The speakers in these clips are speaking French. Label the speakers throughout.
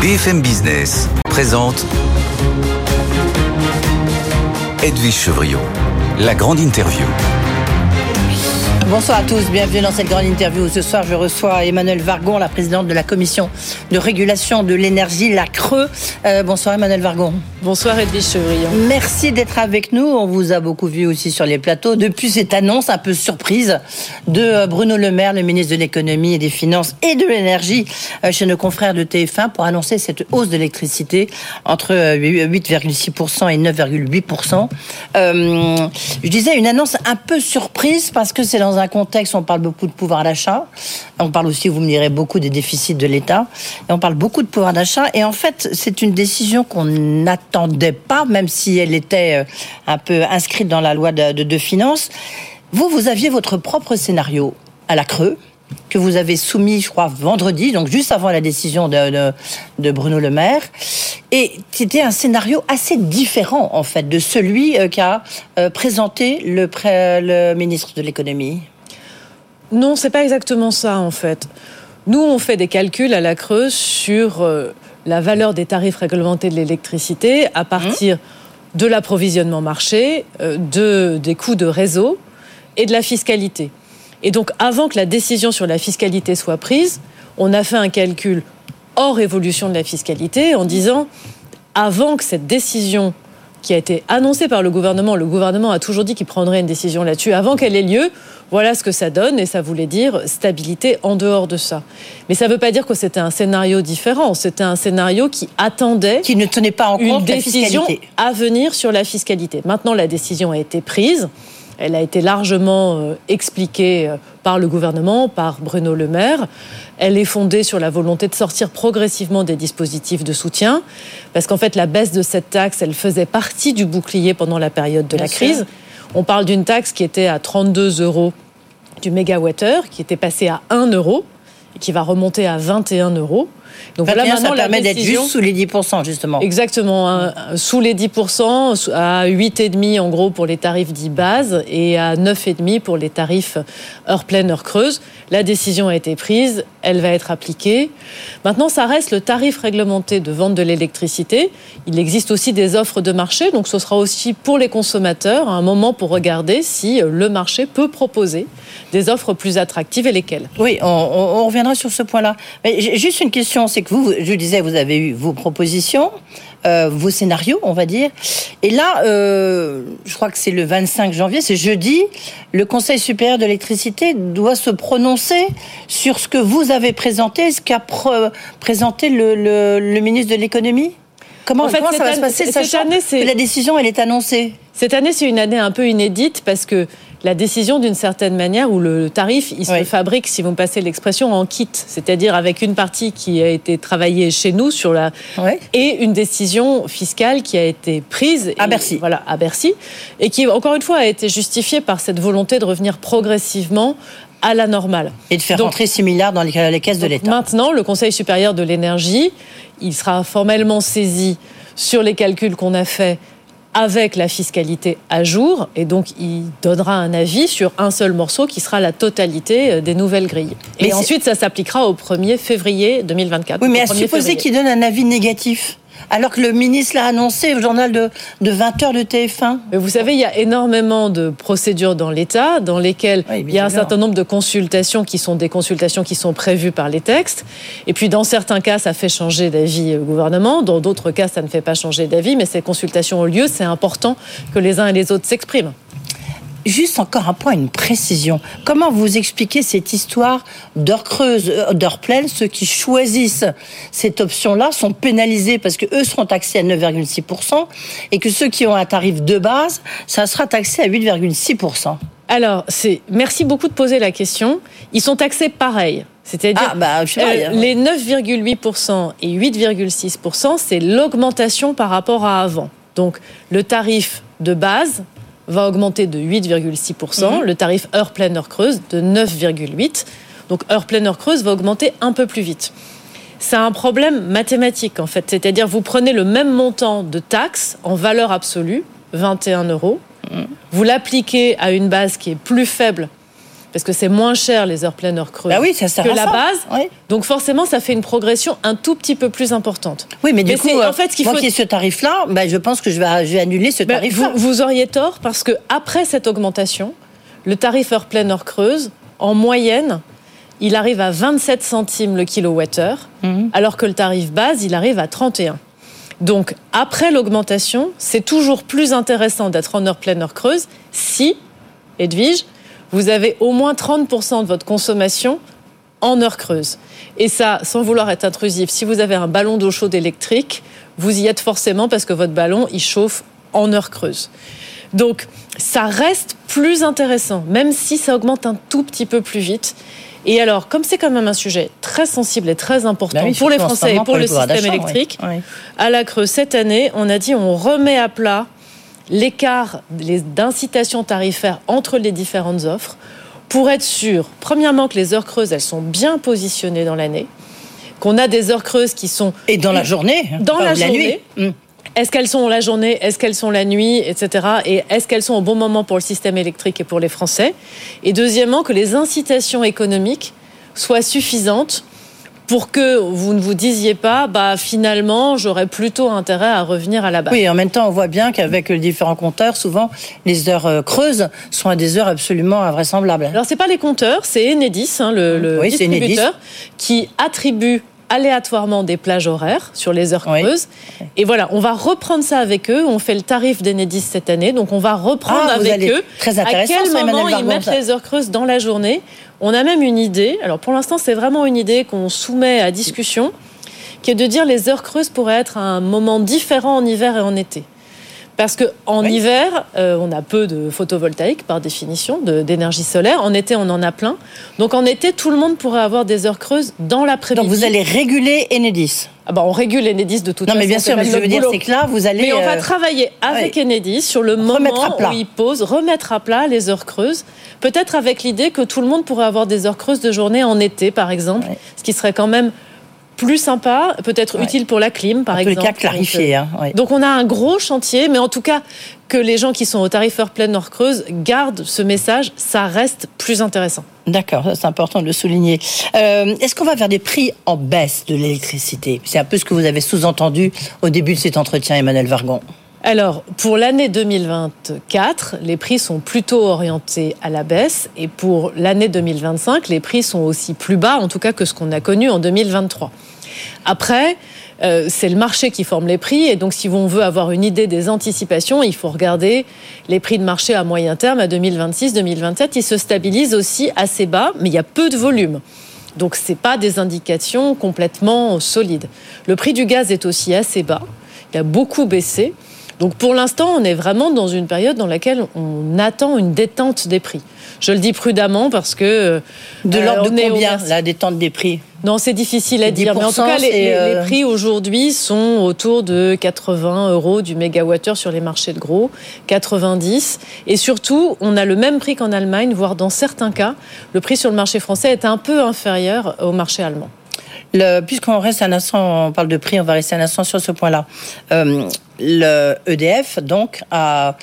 Speaker 1: BFM Business présente Edwige Chevrillon, la grande interview.
Speaker 2: Bonsoir à tous, bienvenue dans cette grande interview. Ce soir, je reçois Emmanuelle Wargon, la présidente de la commission de régulation de l'énergie, la CRE. Bonsoir Emmanuelle Wargon.
Speaker 3: Bonsoir Edwige Chevrillon.
Speaker 2: Merci d'être avec nous. On vous a beaucoup vu aussi sur les plateaux depuis cette annonce un peu surprise de Bruno Le Maire, le ministre de l'économie et des finances et de l'énergie, chez nos confrères de TF1 pour annoncer cette hausse de l'électricité entre 8,6% et 9,8%. Je disais une annonce un peu surprise parce que c'est dans un contexte où on parle beaucoup de pouvoir d'achat. On parle aussi, vous me direz, beaucoup des déficits de l'État. Et on parle beaucoup de pouvoir d'achat. Et en fait, c'est une décision qu'on n'attendait pas, même si elle était un peu inscrite dans la loi de finances. Vous aviez votre propre scénario à la CRE, que vous avez soumis, je crois, vendredi, donc juste avant la décision de Bruno Le Maire. Et c'était un scénario assez différent, en fait, de celui qu'a présenté le ministre de l'économie.
Speaker 3: Non, c'est pas exactement ça, en fait. Nous, on fait des calculs à la CRE sur la valeur des tarifs réglementés de l'électricité à partir de l'approvisionnement marché, des coûts de réseau et de la fiscalité. Et donc, avant que la décision sur la fiscalité soit prise, on a fait un calcul hors évolution de la fiscalité en disant, avant que cette décision qui a été annoncée par le gouvernement a toujours dit qu'il prendrait une décision là-dessus, avant qu'elle ait lieu, voilà ce que ça donne, et ça voulait dire stabilité en dehors de ça. Mais ça ne veut pas dire que c'était un scénario différent, c'était un scénario qui attendait
Speaker 2: qui ne tenait pas en compte
Speaker 3: une décision à venir sur la fiscalité. Maintenant, la décision a été prise. Elle a été largement expliquée par le gouvernement, par Bruno Le Maire. Elle est fondée sur la volonté de sortir progressivement des dispositifs de soutien, parce qu'en fait, la baisse de cette taxe, elle faisait partie du bouclier pendant la période de la crise. On parle d'une taxe qui était à 32 € du mégawattheure, qui était passée à 1 € et qui va remonter à 21 €. Donc voilà, maintenant,
Speaker 2: ça permet d'être juste sous les 10%, justement.
Speaker 3: Exactement, sous les 10%, à 8,5 en gros pour les tarifs dits base et à 9,5 pour les tarifs heure pleine, heure creuse. La décision a été prise, elle va être appliquée. Maintenant, ça reste le tarif réglementé de vente de l'électricité. Il existe aussi des offres de marché, donc ce sera aussi pour les consommateurs un moment pour regarder si le marché peut proposer des offres plus attractives et lesquelles.
Speaker 2: Oui, on reviendra sur ce point-là. Mais j'ai juste une question, c'est que vous, je disais, vous avez eu vos propositions, vos scénarios, on va dire. Et là, je crois que c'est le 25 janvier, c'est jeudi, le Conseil supérieur de l'électricité doit se prononcer sur ce que vous avez présenté, ce qu'a présenté le ministre de l'économie. Comment ça va se passer, sachant que la décision, elle est annoncée?
Speaker 3: Cette année, c'est une année un peu inédite parce que la décision, d'une certaine manière, où le tarif, il se fabrique, si vous me passez l'expression, en kit. C'est-à-dire avec une partie qui a été travaillée chez nous et une décision fiscale qui a été prise
Speaker 2: à Bercy.
Speaker 3: Voilà, à Bercy. Et qui, encore une fois, a été justifiée par cette volonté de revenir progressivement à la normale.
Speaker 2: Et de faire rentrer 6 milliards dans les caisses de l'État.
Speaker 3: Maintenant, le Conseil supérieur de l'énergie, il sera formellement saisi sur les calculs qu'on a faits avec la fiscalité à jour, et donc il donnera un avis sur un seul morceau qui sera la totalité des nouvelles grilles. Et ensuite, ça s'appliquera au 1er février 2024.
Speaker 2: Oui, mais à supposer qu'il donne un avis négatif, alors que le ministre l'a annoncé au journal de 20h de TF1.
Speaker 3: Mais vous savez, il y a énormément de procédures dans l'État, dans lesquelles il y a un certain nombre de consultations qui sont des consultations qui sont prévues par les textes. Et puis, dans certains cas, ça fait changer d'avis au gouvernement. Dans d'autres cas, ça ne fait pas changer d'avis. Mais ces consultations ont lieu. C'est important que les uns et les autres s'expriment.
Speaker 2: Juste encore un point, une précision. Comment vous expliquez cette histoire d'heure creuse, d'heure pleine? Ceux qui choisissent cette option-là sont pénalisés parce que eux seront taxés à 9,6% et que ceux qui ont un tarif de base, ça sera taxé à 8,6%.
Speaker 3: Alors, merci beaucoup de poser la question. Ils sont taxés pareil. C'est-à-dire les 9,8% et 8,6%, c'est l'augmentation par rapport à avant. Donc, le tarif de base va augmenter de 8,6%, le tarif heure pleine, heure creuse de 9,8%. Donc heure pleine, heure creuse va augmenter un peu plus vite. C'est un problème mathématique en fait, c'est-à-dire vous prenez le même montant de taxes en valeur absolue, 21 €, vous l'appliquez à une base qui est plus faible parce que c'est moins cher les heures pleines, heures creuses
Speaker 2: ça sert
Speaker 3: que
Speaker 2: à
Speaker 3: la
Speaker 2: ça.
Speaker 3: base.
Speaker 2: Oui.
Speaker 3: Donc forcément, ça fait une progression un tout petit peu plus importante.
Speaker 2: Oui, mais du coup,
Speaker 3: en fait, ce qu'il
Speaker 2: moi
Speaker 3: faut...
Speaker 2: qui ai ce tarif-là, je pense que je vais annuler ce tarif-là.
Speaker 3: Vous auriez tort, parce que après cette augmentation, le tarif heure pleine, heure creuse, en moyenne, il arrive à 27 centimes le kilowattheure, alors que le tarif base, il arrive à 31. Donc, après l'augmentation, c'est toujours plus intéressant d'être en heure pleine, heure creuse, si, Edwige, vous avez au moins 30% de votre consommation en heure creuse. Et ça, sans vouloir être intrusif, si vous avez un ballon d'eau chaude électrique, vous y êtes forcément parce que votre ballon, il chauffe en heure creuse. Donc, ça reste plus intéressant, même si ça augmente un tout petit peu plus vite. Et alors, comme c'est quand même un sujet très sensible et très important pour les Français et pour le système électrique, à la Creuse, cette année, on a dit on remet à plat l'écart d'incitation tarifaire entre les différentes offres pour être sûr, premièrement, que les heures creuses, elles sont bien positionnées dans l'année, qu'on a des heures creuses qui sont...
Speaker 2: Et dans la journée.
Speaker 3: Dans la journée. Nuit. Est-ce qu'elles sont la journée, est-ce qu'elles sont la nuit, etc. Et est-ce qu'elles sont au bon moment pour le système électrique et pour les Français? Et deuxièmement, que les incitations économiques soient suffisantes pour que vous ne vous disiez pas, finalement, j'aurais plutôt intérêt à revenir à la base.
Speaker 2: Oui, en même temps, on voit bien qu'avec les différents compteurs, souvent, les heures creuses sont à des heures absolument invraisemblables.
Speaker 3: Alors, c'est pas les compteurs, c'est Enedis, le distributeur, qui attribue aléatoirement des plages horaires sur les heures creuses. Et voilà, on va reprendre ça avec eux. On fait le tarif d'Enedis cette année, donc on va reprendre avec eux
Speaker 2: très
Speaker 3: à quel moment ils mettent les heures creuses dans la journée. On a même une idée, alors pour l'instant c'est vraiment une idée qu'on soumet à discussion, qui est de dire les heures creuses pourraient être à un moment différent en hiver et en été. Parce qu'en hiver, on a peu de photovoltaïque par définition, d'énergie solaire. En été, on en a plein. Donc en été, tout le monde pourrait avoir des heures creuses dans l'après-midi.
Speaker 2: Donc vous allez réguler Enedis.
Speaker 3: On régule Enedis de toute façon.
Speaker 2: Non, mais bien sûr, mais je veux dire, c'est que là, vous allez...
Speaker 3: Mais on va travailler avec Enedis sur le moment où ils posent, remettre à plat les heures creuses. Peut-être avec l'idée que tout le monde pourrait avoir des heures creuses de journée en été, par exemple. Ce qui serait quand même plus sympa, peut-être utile pour la clim, par exemple.
Speaker 2: En tous les cas, clarifié.
Speaker 3: Donc on a un gros chantier, mais en tout cas, que les gens qui sont au tarif heure pleine, heure creuse gardent ce message, ça reste plus intéressant.
Speaker 2: D'accord, c'est important de le souligner. Est-ce qu'on va vers des prix en baisse de l'électricité? C'est un peu ce que vous avez sous-entendu au début de cet entretien, Emmanuelle Wargon.
Speaker 3: Alors, pour l'année 2024, les prix sont plutôt orientés à la baisse. Et pour l'année 2025, les prix sont aussi plus bas, en tout cas, que ce qu'on a connu en 2023. Après, c'est le marché qui forme les prix. Et donc, si on veut avoir une idée des anticipations, il faut regarder les prix de marché à moyen terme, à 2026-2027. Ils se stabilisent aussi assez bas, mais il y a peu de volume. Donc, ce n'est pas des indications complètement solides. Le prix du gaz est aussi assez bas. Il a beaucoup baissé. Donc pour l'instant, on est vraiment dans une période dans laquelle on attend une détente des prix. Je le dis prudemment parce que...
Speaker 2: De l'ordre de combien, la détente des prix?
Speaker 3: Non, c'est difficile à dire. Mais en tout cas, les prix aujourd'hui sont autour de 80 € du mégawattheure sur les marchés de gros, 90. Et surtout, on a le même prix qu'en Allemagne, voire dans certains cas, le prix sur le marché français est un peu inférieur au marché allemand.
Speaker 2: Puisqu'on reste un instant, on parle de prix, on va rester un instant sur ce point-là. Le EDF, donc, a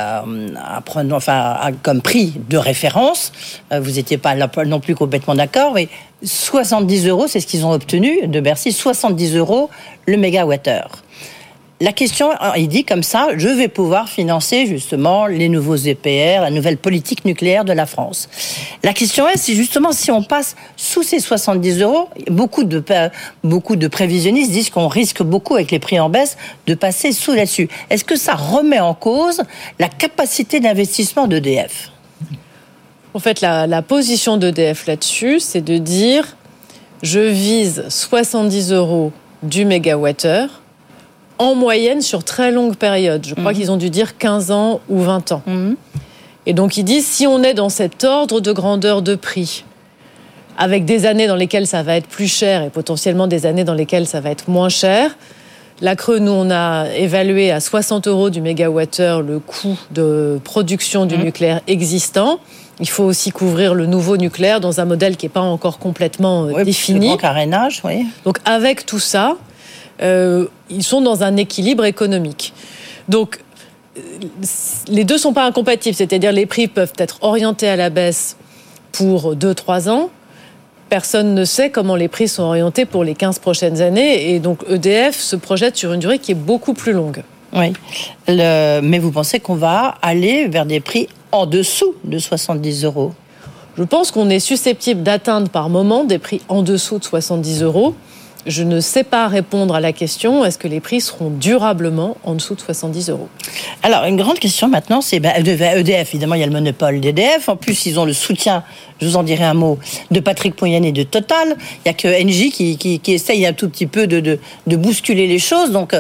Speaker 2: comme prix de référence, vous n'étiez pas là non plus complètement d'accord, mais 70 €, c'est ce qu'ils ont obtenu de Bercy, 70 € le mégawattheure. La question, il dit comme ça, je vais pouvoir financer justement les nouveaux EPR, la nouvelle politique nucléaire de la France. La question est, si justement, si on passe sous ces 70 €, beaucoup de prévisionnistes disent qu'on risque beaucoup avec les prix en baisse de passer sous là-dessus. Est-ce que ça remet en cause la capacité d'investissement d'EDF ?
Speaker 3: En fait, la position d'EDF là-dessus, c'est de dire, je vise 70 € du mégawattheure, en moyenne sur très longue période. Je crois qu'ils ont dû dire 15 ans ou 20 ans. Et donc ils disent, si on est dans cet ordre de grandeur de prix, avec des années dans lesquelles ça va être plus cher et potentiellement des années dans lesquelles ça va être moins cher, la Creux, nous, on a évalué à 60 € du mégawattheure le coût de production du nucléaire existant. Il faut aussi couvrir le nouveau nucléaire dans un modèle qui n'est pas encore complètement défini.
Speaker 2: Le grand carénage, oui.
Speaker 3: Donc avec tout ça, ils sont dans un équilibre économique. Donc, les deux ne sont pas incompatibles, c'est-à-dire les prix peuvent être orientés à la baisse pour 2-3 ans. Personne ne sait comment les prix sont orientés pour les 15 prochaines années. Et donc EDF se projette sur une durée qui est beaucoup plus longue.
Speaker 2: Oui. Mais vous pensez qu'on va aller vers des prix en dessous de 70 €?
Speaker 3: Je pense qu'on est susceptible d'atteindre par moment des prix en dessous de 70 €. Je ne sais pas répondre à la question, est-ce que les prix seront durablement en dessous de 70 €?
Speaker 2: Alors, une grande question maintenant, c'est EDF, évidemment, il y a le monopole d'EDF. En plus, ils ont le soutien, je vous en dirai un mot, de Patrick Pouyanné et de Total. Il n'y a que Engie qui essaye un tout petit peu de bousculer les choses. Donc,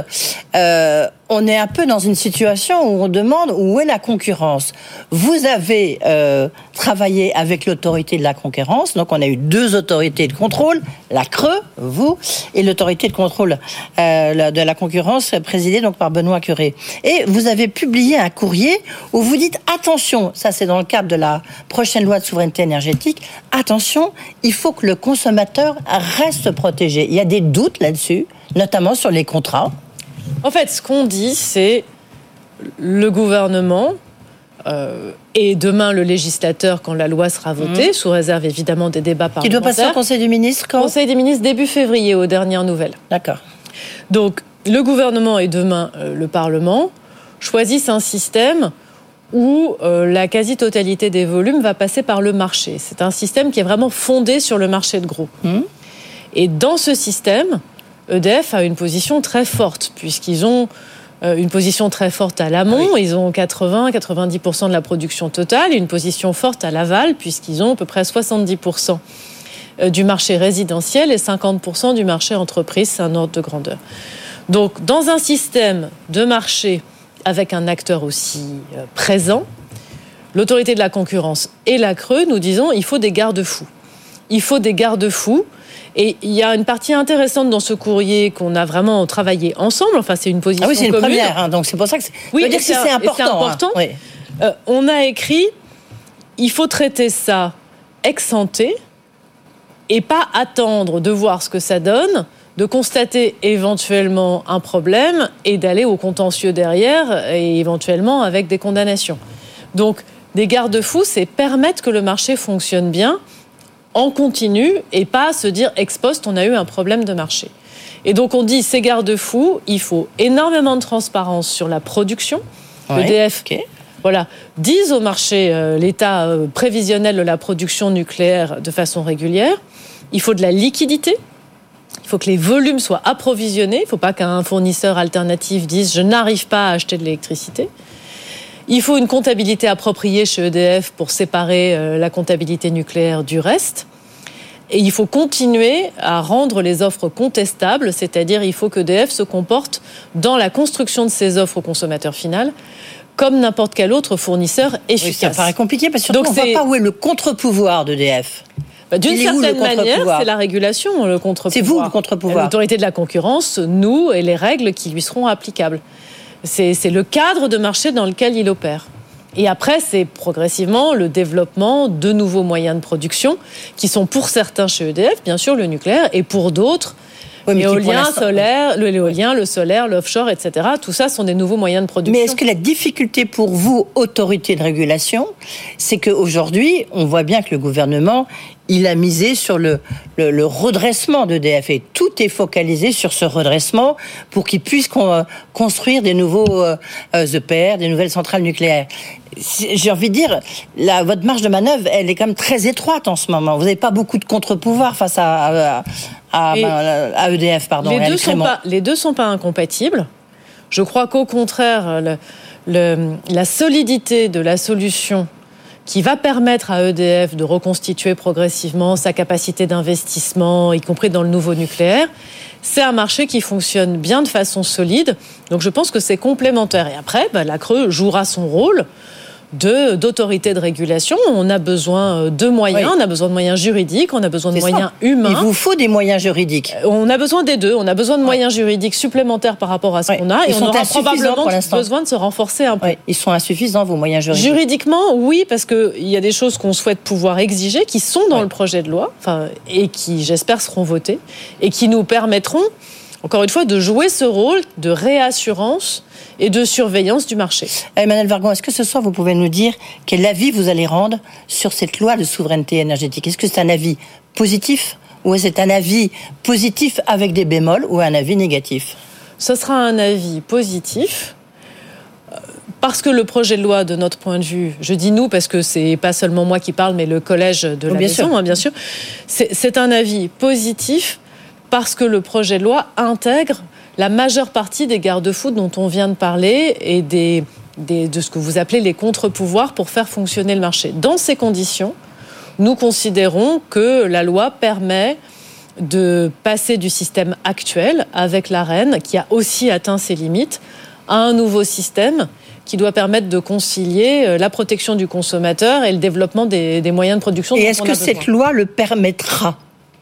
Speaker 2: on est un peu dans une situation où on demande où est la concurrence. Vous avez travaillé avec l'autorité de la concurrence, donc on a eu 2 autorités de contrôle, la CRE, vous, et l'autorité de contrôle de la concurrence présidée donc par Benoît Cœuré. Et vous avez publié un courrier où vous dites attention, ça c'est dans le cadre de la prochaine loi de souveraineté énergétique, attention, il faut que le consommateur reste protégé. Il y a des doutes là-dessus, notamment sur les contrats.
Speaker 3: En fait, ce qu'on dit, c'est le gouvernement et demain le législateur, quand la loi sera votée, sous réserve évidemment des débats parlementaires.
Speaker 2: Qui doit passer au Conseil des ministres quand ?
Speaker 3: Conseil des ministres début février, aux dernières nouvelles.
Speaker 2: D'accord.
Speaker 3: Donc, le gouvernement et demain le Parlement choisissent un système où la quasi-totalité des volumes va passer par le marché. C'est un système qui est vraiment fondé sur le marché de gros. Et dans ce système, EDF a une position très forte, puisqu'ils ont une position très forte à l'amont, ils ont 80-90% de la production totale, et une position forte à l'aval, puisqu'ils ont à peu près 70% du marché résidentiel et 50% du marché entreprise, c'est un ordre de grandeur. Donc, dans un système de marché avec un acteur aussi présent, l'autorité de la concurrence et la CRE, nous disons, il faut des garde-fous. Il faut des garde-fous. Et il y a une partie intéressante dans ce courrier qu'on a vraiment travaillé ensemble. Enfin, c'est une position commune.
Speaker 2: Ah oui, c'est une première, donc c'est pour ça que c'est important.
Speaker 3: Oui. On a écrit, il faut traiter ça ex ante et pas attendre de voir ce que ça donne, de constater éventuellement un problème et d'aller au contentieux derrière et éventuellement avec des condamnations. Donc, des garde-fous, c'est permettre que le marché fonctionne bien en continu et pas se dire ex post, on a eu un problème de marché. Et donc on dit, ces garde-fous, il faut énormément de transparence sur la production. EDF disent au marché l'état prévisionnel de la production nucléaire de façon régulière. Il faut de la liquidité. Il faut que les volumes soient approvisionnés. Il ne faut pas qu'un fournisseur alternatif dise « je n'arrive pas à acheter de l'électricité ». Il faut une comptabilité appropriée chez EDF pour séparer la comptabilité nucléaire du reste. Et il faut continuer à rendre les offres contestables, c'est-à-dire il faut qu'EDF se comporte dans la construction de ses offres au consommateur final comme n'importe quel autre fournisseur efficace.
Speaker 2: Oui, ça paraît compliqué parce que surtout on ne voit pas où est le contre-pouvoir d'EDF.
Speaker 3: D'une certaine manière, c'est la régulation, le contre-pouvoir.
Speaker 2: C'est vous le contre-pouvoir.
Speaker 3: L'autorité de la concurrence, nous et les règles qui lui seront applicables. C'est le cadre de marché dans lequel il opère. Et après, c'est progressivement le développement de nouveaux moyens de production qui sont pour certains chez EDF, bien sûr, le nucléaire, et pour d'autres, l'éolien, le solaire, l'offshore, etc. Tout ça sont des nouveaux moyens de production.
Speaker 2: Mais est-ce que la difficulté pour vous, autorité de régulation, c'est qu'aujourd'hui, on voit bien que le gouvernement, il a misé sur le redressement d'EDF et tout est focalisé sur ce redressement pour qu'il puisse construire des nouveaux EPR, des nouvelles centrales nucléaires. J'ai envie de dire, votre marge de manœuvre, elle est quand même très étroite en ce moment. Vous n'avez pas beaucoup de contre-pouvoir face à EDF, pardon.
Speaker 3: Les deux sont pas incompatibles. Je crois qu'au contraire, la solidité de la solution qui va permettre à EDF de reconstituer progressivement sa capacité d'investissement, y compris dans le nouveau nucléaire, c'est un marché qui fonctionne bien de façon solide. Donc je pense que c'est complémentaire. Et après, la CRE jouera son rôle d'autorité de régulation. On a besoin de moyens, on a besoin de moyens juridiques, on a besoin de moyens humains.
Speaker 2: Il vous faut des moyens juridiques.
Speaker 3: On a besoin des deux. On a besoin de moyens juridiques supplémentaires par rapport à ce qu'on a. Et on aura probablement besoin de se renforcer un peu.
Speaker 2: Ils sont insuffisants, vos moyens juridiques.
Speaker 3: Juridiquement, oui, parce qu'il y a des choses qu'on souhaite pouvoir exiger, qui sont dans le projet de loi, et qui, j'espère, seront votées, et qui nous permettront encore une fois, de jouer ce rôle de réassurance et de surveillance du marché.
Speaker 2: Emmanuelle Wargon, est-ce que ce soir vous pouvez nous dire quel avis vous allez rendre sur cette loi de souveraineté énergétique? Est-ce que c'est un avis positif ou est-ce un avis positif avec des bémols ou un avis négatif?
Speaker 3: Ce sera un avis positif. Parce que le projet de loi, de notre point de vue, je dis nous parce que c'est pas seulement moi qui parle, mais le collège de la maison, bien sûr, c'est un avis positif parce que le projet de loi intègre la majeure partie des garde-fous dont on vient de parler et de ce que vous appelez les contre-pouvoirs pour faire fonctionner le marché. Dans ces conditions, nous considérons que la loi permet de passer du système actuel avec l'Arenh, qui a aussi atteint ses limites, à un nouveau système qui doit permettre de concilier la protection du consommateur et le développement des moyens de production.
Speaker 2: Et est-ce que cette loi le permettra,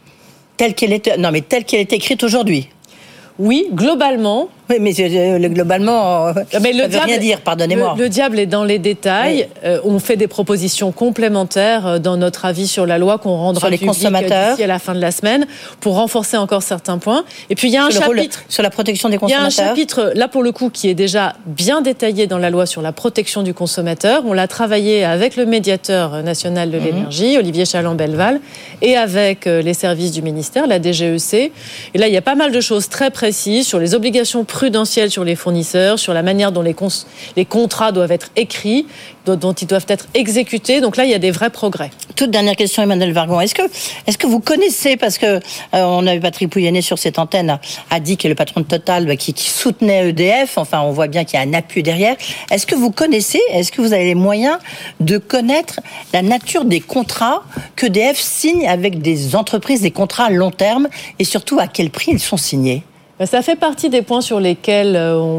Speaker 2: telle qu'elle est écrite aujourd'hui?
Speaker 3: Oui, globalement.
Speaker 2: Oui, mais globalement, ça ne veut rien dire, pardonnez-moi.
Speaker 3: Le diable est dans les détails. Oui. On fait des propositions complémentaires dans notre avis sur la loi qu'on rendra public d'ici à la fin de la semaine pour renforcer encore certains points. Et puis il y a un chapitre
Speaker 2: sur la protection des consommateurs.
Speaker 3: Il y a un chapitre, là pour le coup, qui est déjà bien détaillé dans la loi sur la protection du consommateur. On l'a travaillé avec le médiateur national de l'énergie, Olivier Chaland-Belval, et avec les services du ministère, la DGEC. Et là, il y a pas mal de choses très précises sur les obligations prudentielles sur les fournisseurs, sur la manière dont les contrats doivent être écrits, dont ils doivent être exécutés. Donc là, il y a des vrais progrès.
Speaker 2: Toute dernière question, Emmanuelle Wargon. Est-ce que vous connaissez, parce que on a eu Patrick Pouyanné sur cette antenne, a dit que le patron de Total qui soutenait EDF, enfin on voit bien qu'il y a un appui derrière. Est-ce que vous connaissez, est-ce que vous avez les moyens de connaître la nature des contrats que EDF signe avec des entreprises, des contrats à long terme, et surtout à quel prix ils sont signés?
Speaker 3: Ça fait partie des points sur lesquels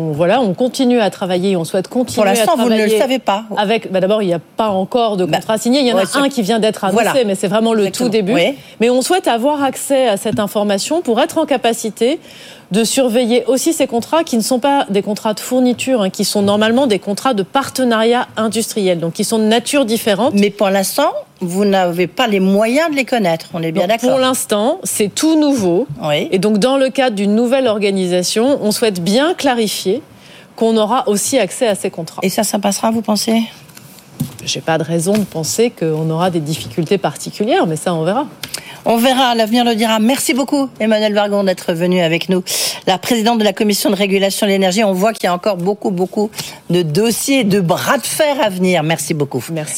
Speaker 3: on continue à travailler, on souhaite continuer à travailler.
Speaker 2: Pour l'instant, vous ne le savez pas.
Speaker 3: D'abord, il n'y a pas encore de contrat signé. Il y en a un qui vient d'être annoncé, mais c'est vraiment le tout début. Oui. Mais on souhaite avoir accès à cette information pour être en capacité de surveiller aussi ces contrats qui ne sont pas des contrats de fourniture, qui sont normalement des contrats de partenariat industriel, donc qui sont de nature différente.
Speaker 2: Mais pour l'instant, vous n'avez pas les moyens de les connaître, on est bien d'accord.
Speaker 3: Pour l'instant, c'est tout nouveau. Oui. Et donc, dans le cadre d'une nouvelle organisation, on souhaite bien clarifier qu'on aura aussi accès à ces contrats.
Speaker 2: Et ça passera, vous pensez ?
Speaker 3: J'ai pas de raison de penser qu'on aura des difficultés particulières, mais ça, on verra.
Speaker 2: On verra, l'avenir le dira. Merci beaucoup, Emmanuelle Wargon, d'être venue avec nous. La présidente de la Commission de régulation de l'énergie. On voit qu'il y a encore beaucoup de dossiers, de bras de fer à venir. Merci beaucoup.
Speaker 3: Merci.